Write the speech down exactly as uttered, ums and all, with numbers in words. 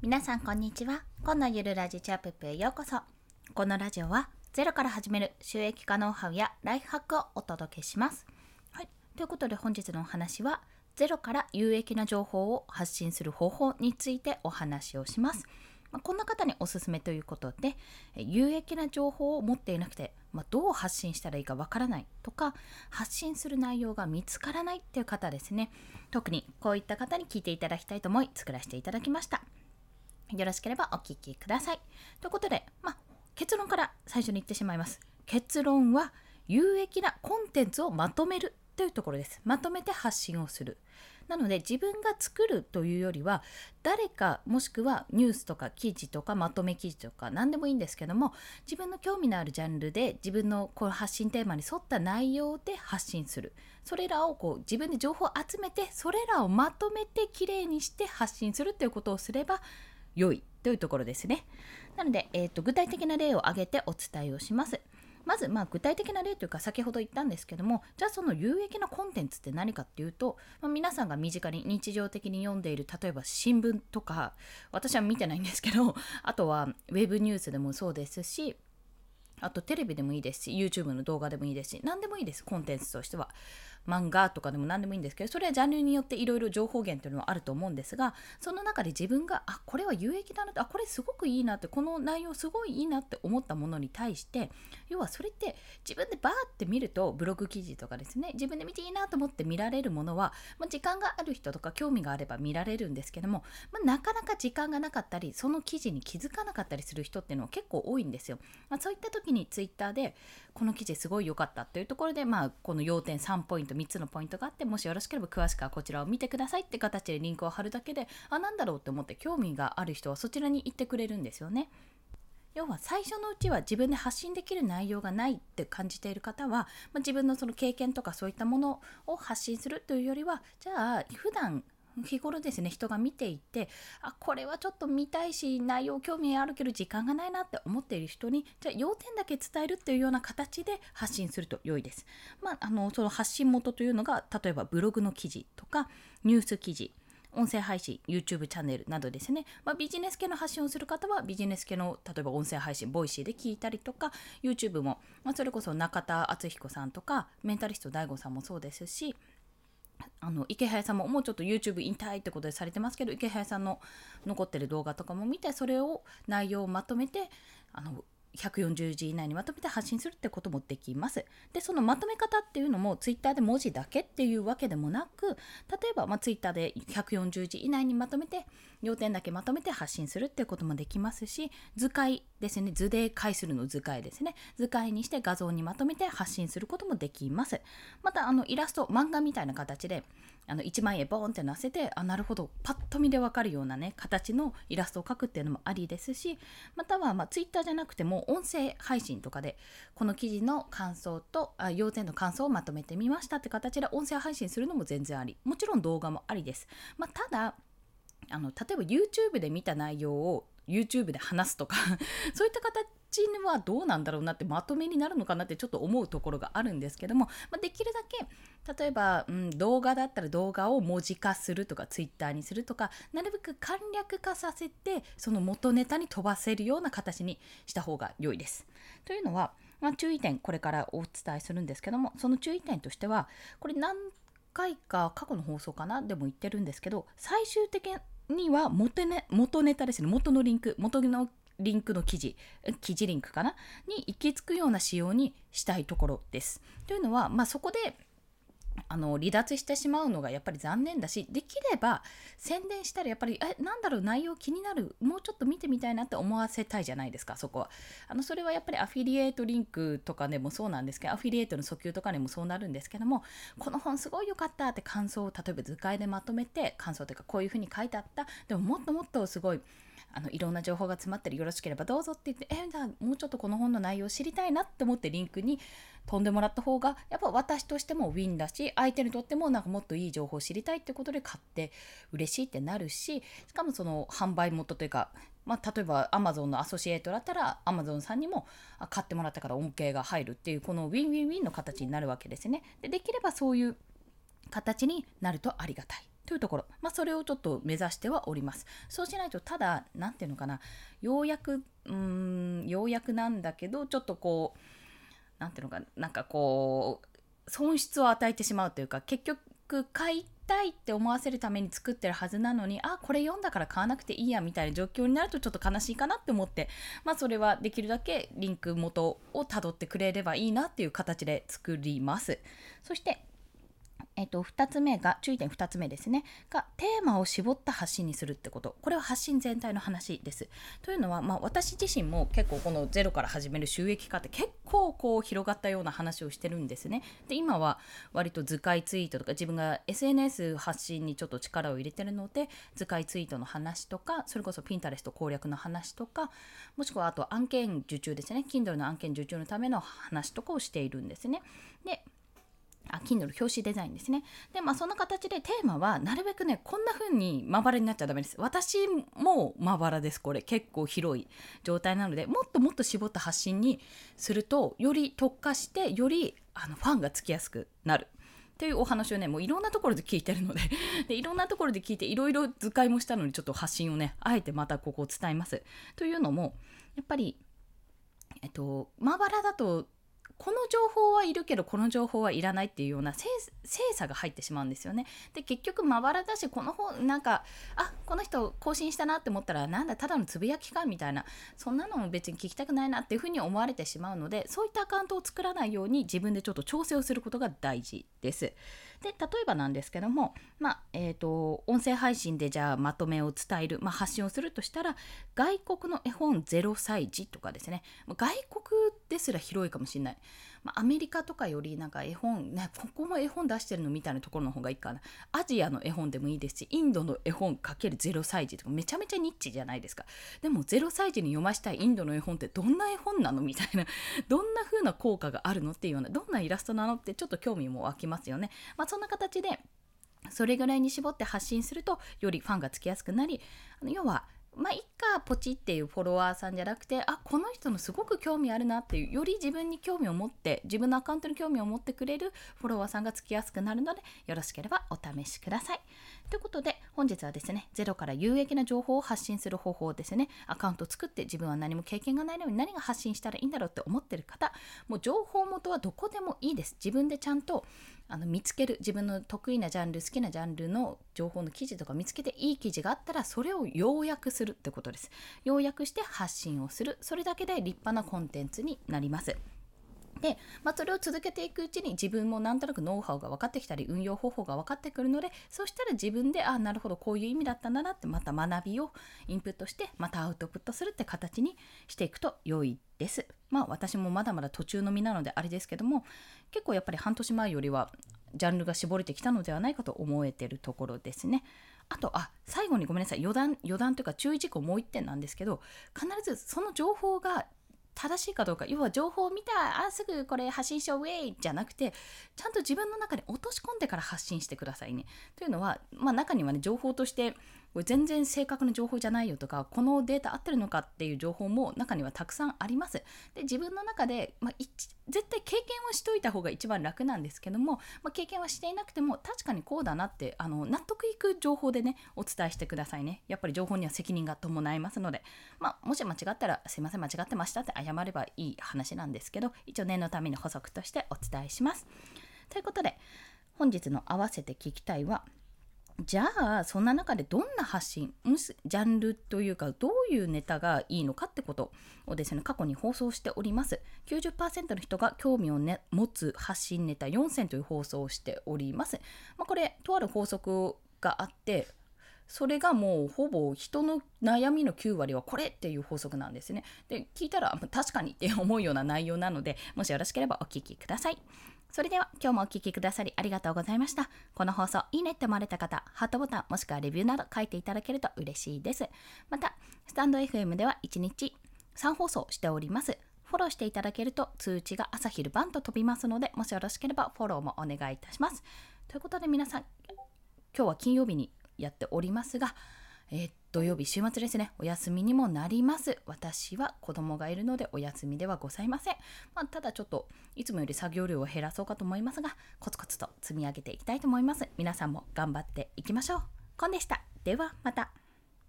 皆さんこんにちは。今のゆるラジチャップへようこそ。このラジオはゼロから始める収益化ノウハウやライフハックをお届けします。はい、ということで本日のお話はゼロから有益な情報を発信する方法についてお話をします。まあ、こんな方におすすめということで、有益な情報を持っていなくて、まあ、どう発信したらいいかわからないとか、発信する内容が見つからないっていう方ですね。特にこういった方に聞いていただきたいと思い作らせていただきました。よろしければお聞きください。ということで、まあ、結論から最初に言ってしまいます。結論は有益なコンテンツをまとめるというところです。まとめて発信をする。なので自分が作るというよりは誰かもしくはニュースとか記事とかまとめ記事とか何でもいいんですけども、自分の興味のあるジャンルで自分のこう発信テーマに沿った内容で発信する。それらをこう自分で情報を集めてそれらをまとめてきれいにして発信するということをすれば良いというところですね。なので、えーと、具体的な例を挙げてお伝えをします。まず、まあ、具体的な例というか先ほど言ったんですけども、じゃあその有益なコンテンツって何かっていうと、まあ、皆さんが身近に日常的に読んでいる例えば新聞とか、私は見てないんですけど、あとはウェブニュースでもそうですし、あとテレビでもいいですし YouTube の動画でもいいですし、何でもいいです。コンテンツとしては漫画とかでも何でもいいんですけど、それはジャンルによっていろいろ情報源というのはあると思うんですが、その中で自分があこれは有益だなって、あこれすごくいいなって、この内容すごいいいなって思ったものに対して、要はそれって自分でバーって見ると、ブログ記事とかですね、自分で見ていいなと思って見られるものは、まあ、時間がある人とか興味があれば見られるんですけども、まあ、なかなか時間がなかったりその記事に気づかなかったりする人っていうのは結構多いんですよ。まあ、そういった時にツイッターでこの記事すごい良かったっていうところで、まあ、この要点さんポイントみっつのポイントがあって、もしよろしければ詳しくはこちらを見てくださいって形でリンクを貼るだけで、あなんだろうって思って興味がある人はそちらに行ってくれるんですよね。要は最初のうちは自分で発信できる内容がないって感じている方は、まあ、自分のその経験とかそういったものを発信するというよりは、じゃあ普段日頃ですね、人が見ていて、あこれはちょっと見たいし内容興味あるけど時間がないなって思っている人に、じゃあ要点だけ伝えるっていうような形で発信すると良いです。まあ、あのその発信元というのが例えばブログの記事とかニュース記事、音声配信、YouTube チャンネルなどですね、まあ、ビジネス系の発信をする方はビジネス系の例えば音声配信、ボイシーで聞いたりとか、 YouTube も、まあ、それこそ中田敦彦さんとかメンタリスト ダイゴ さんもそうですし、あの池早さんももうちょっと YouTube 引退ってことでされてますけど、池早さんの残ってる動画とかも見て、それを内容をまとめてあのひゃくよんじゅうじ以内にまとめて発信するってこともできます。でそのまとめ方っていうのもツイッターで文字だけっていうわけでもなく、例えば、まあ、ツイッターでひゃくよんじゅうじ以内にまとめて要点だけまとめて発信するっていうこともできますし、図解ですね、図で解するの図解ですね、図解にして画像にまとめて発信することもできます。またあのイラスト漫画みたいな形であのいちまん円ボーンって載せて、あなるほどパッと見でわかるようなね形のイラストを描くっていうのもありですし、またはまあツイッターじゃなくても音声配信とかでこの記事の感想とあ要点の感想をまとめてみましたって形で音声配信するのも全然あり、もちろん動画もありです。まあ、ただあの例えば YouTube で見た内容を YouTube で話すとかそういった形はどうなんだろうなって、まとめになるのかなってちょっと思うところがあるんですけども、まあ、できるだけ例えば、うん、動画だったら動画を文字化するとかツイッターにするとか、なるべく簡略化させてその元ネタに飛ばせるような形にした方が良いです。というのは、まあ、注意点これからお伝えするんですけども、その注意点としては、これ何回か過去の放送かなでも言ってるんですけど、最終的には元ネ、元ネタですね、元のリンク元のリンクの記事記事リンクかなに行き着くような仕様にしたいところです。というのは、まあ、そこであの離脱してしまうのがやっぱり残念だし、できれば宣伝したらやっぱりえなんだろう内容気になる、もうちょっと見てみたいなって思わせたいじゃないですか。そこはあのそれはやっぱりアフィリエイトリンクとかでもそうなんですけど、アフィリエイトの訴求とかでもそうなるんですけども、この本すごい良かったって感想を例えば図解でまとめて、感想というかこういう風に書いてあった、でももっともっとすごいあのいろんな情報が詰まってる、よろしければどうぞって言って、えじゃあもうちょっとこの本の内容を知りたいなって思ってリンクに飛んでもらった方がやっぱ私としてもウィンだし、相手にとってもなんかもっといい情報を知りたいってことで買って嬉しいってなるし、しかもその販売元というか、まあ、例えば Amazon のアソシエイトだったら Amazon さんにも買ってもらったから恩恵が入るっていう、このウィンウィンウィンの形になるわけですね。で、できればそういう形になるとありがたいというところ、まあ、それをちょっと目指してはおります。そうしないと、ただなんていうのかな、ようやくうーんようやくなんだけど、ちょっとこうなんていうのかなんかこう損失を与えてしまうというか、結局買いたいって思わせるために作ってるはずなのに、あ、これ読んだから買わなくていいやみたいな状況になるとちょっと悲しいかなって思って、まあそれはできるだけリンク元をたどってくれればいいなっていう形で作ります。そしてえっと、ふたつめが、注意点ふたつめですね。が、テーマを絞った発信にするってこと。これは発信全体の話です。というのは、まあ、私自身も結構このゼロから始める収益化って結構こう広がったような話をしてるんですね。で、今は割と図解ツイートとか、自分が エスエヌエス 発信にちょっと力を入れてるので、図解ツイートの話とか、それこそ Pinterest 攻略の話とか、もしくはあと案件受注ですね。Kindle の案件受注のための話とかをしているんですね。で、あ、Kindle 表紙デザインですね。で、まあそんな形でテーマはなるべくね、こんな風にまばらになっちゃダメです。私もまばらです。これ結構広い状態なので、もっともっと絞った発信にすると、より特化してよりあのファンがつきやすくなるっていうお話をね、もういろんなところで聞いてるのでで、いろんなところで聞いていろいろ図解もしたのに、ちょっと発信をね、あえてまたここを伝えます。というのも、やっぱりえっとまばらだと、この情報はいるけどこの情報はいらないっていうような精査が入ってしまうんですよね。で、結局まばらだし、この本なんか、あ、この人更新したなって思ったら、なんだただのつぶやきかみたいな、そんなのも別に聞きたくないなっていうふうに思われてしまうので、そういったアカウントを作らないように自分でちょっと調整をすることが大事です。で、例えばなんですけども、まあえーと、音声配信でじゃあまとめを伝える、まあ、発信をするとしたら、外国の絵本ゼロさい児とかですね、外国ですら広いかもしれない、まあ、アメリカとかよりなんか絵本、ね、ここも絵本出してるのみたいなところの方がいいかな。アジアの絵本でもいいですし、インドの絵本かけるゼロさい児とかめちゃめちゃニッチじゃないですか。でもゼロさい児に読ましたいインドの絵本ってどんな絵本なのみたいな、どんな風な効果があるのっていうような、どんなイラストなのってちょっと興味も湧きますよね。まあ、そんな形でそれぐらいに絞って発信すると、よりファンがつきやすくなり、あの要はまあいっかポチっていうフォロワーさんじゃなくて、あ、この人のすごく興味あるなっていう、より自分に興味を持って、自分のアカウントに興味を持ってくれるフォロワーさんがつきやすくなるので、よろしければお試しください。ということで、本日はですね、ゼロから有益な情報を発信する方法ですね。アカウントを作って、自分は何も経験がないのに何が発信したらいいんだろうって思ってる方、もう情報元はどこでもいいです。自分でちゃんとあの見つける、自分の得意なジャンル、好きなジャンルの情報の記事とか見つけて、いい記事があったらそれを要約するってことです。要約して発信をする、それだけで立派なコンテンツになります。で、まあ、それを続けていくうちに自分もなんとなくノウハウが分かってきたり、運用方法が分かってくるので、そうしたら自分で、あ、なるほどこういう意味だったんだなって、また学びをインプットしてまたアウトプットするって形にしていくと良いです。まあ私もまだまだ途中の身なのであれですけども、結構やっぱり半年前よりはジャンルが絞れてきたのではないかと思えているところですね。あと、あ、最後にごめんなさい、余談余談というか注意事項もう一点なんですけど、必ずその情報が正しいかどうか、要は情報を見た、あ、すぐこれ発信しようウェイじゃなくて、ちゃんと自分の中に落とし込んでから発信してくださいね。というのは、まあ、中にはね、情報としてこれ全然正確な情報じゃないよとか、このデータ合ってるのかっていう情報も中にはたくさんあります。で、自分の中で、まあ、絶対経験をしといた方が一番楽なんですけども、まあ、経験はしていなくても確かにこうだなって、あの納得いく情報でね、お伝えしてくださいね。やっぱり情報には責任が伴いますので、まあ、もし間違ったらすいません間違ってましたって謝ればいい話なんですけど、一応念のために補足としてお伝えします。ということで、本日の合わせて聞きたいは、じゃあそんな中でどんな発信、ジャンルというかどういうネタがいいのかってことをですね、過去に放送しております。 きゅうじゅっパーセント の人が興味を、ね、持つ発信ネタよんせんという放送をしております。まあ、これとある法則があって、それがもうほぼ人の悩みのきゅうわりはこれっていう法則なんですね。で、聞いたら確かにって思うような内容なので、もしよろしければお聞きください。それでは今日もお聞きくださりありがとうございました。この放送いいねって思われた方、ハートボタンもしくはレビューなど書いていただけると嬉しいです。またスタンド エフエム ではいちにちさん放送しております。フォローしていただけると通知が朝昼晩と飛びますので、もしよろしければフォローもお願いいたします。ということで皆さん、今日は金曜日にやっておりますが、 えー土曜日週末ですね、お休みにもなります。私は子供がいるのでお休みではございません。まあ、ただちょっといつもより作業量を減らそうかと思いますが、コツコツと積み上げていきたいと思います。皆さんも頑張っていきましょう。コンでした。ではまた。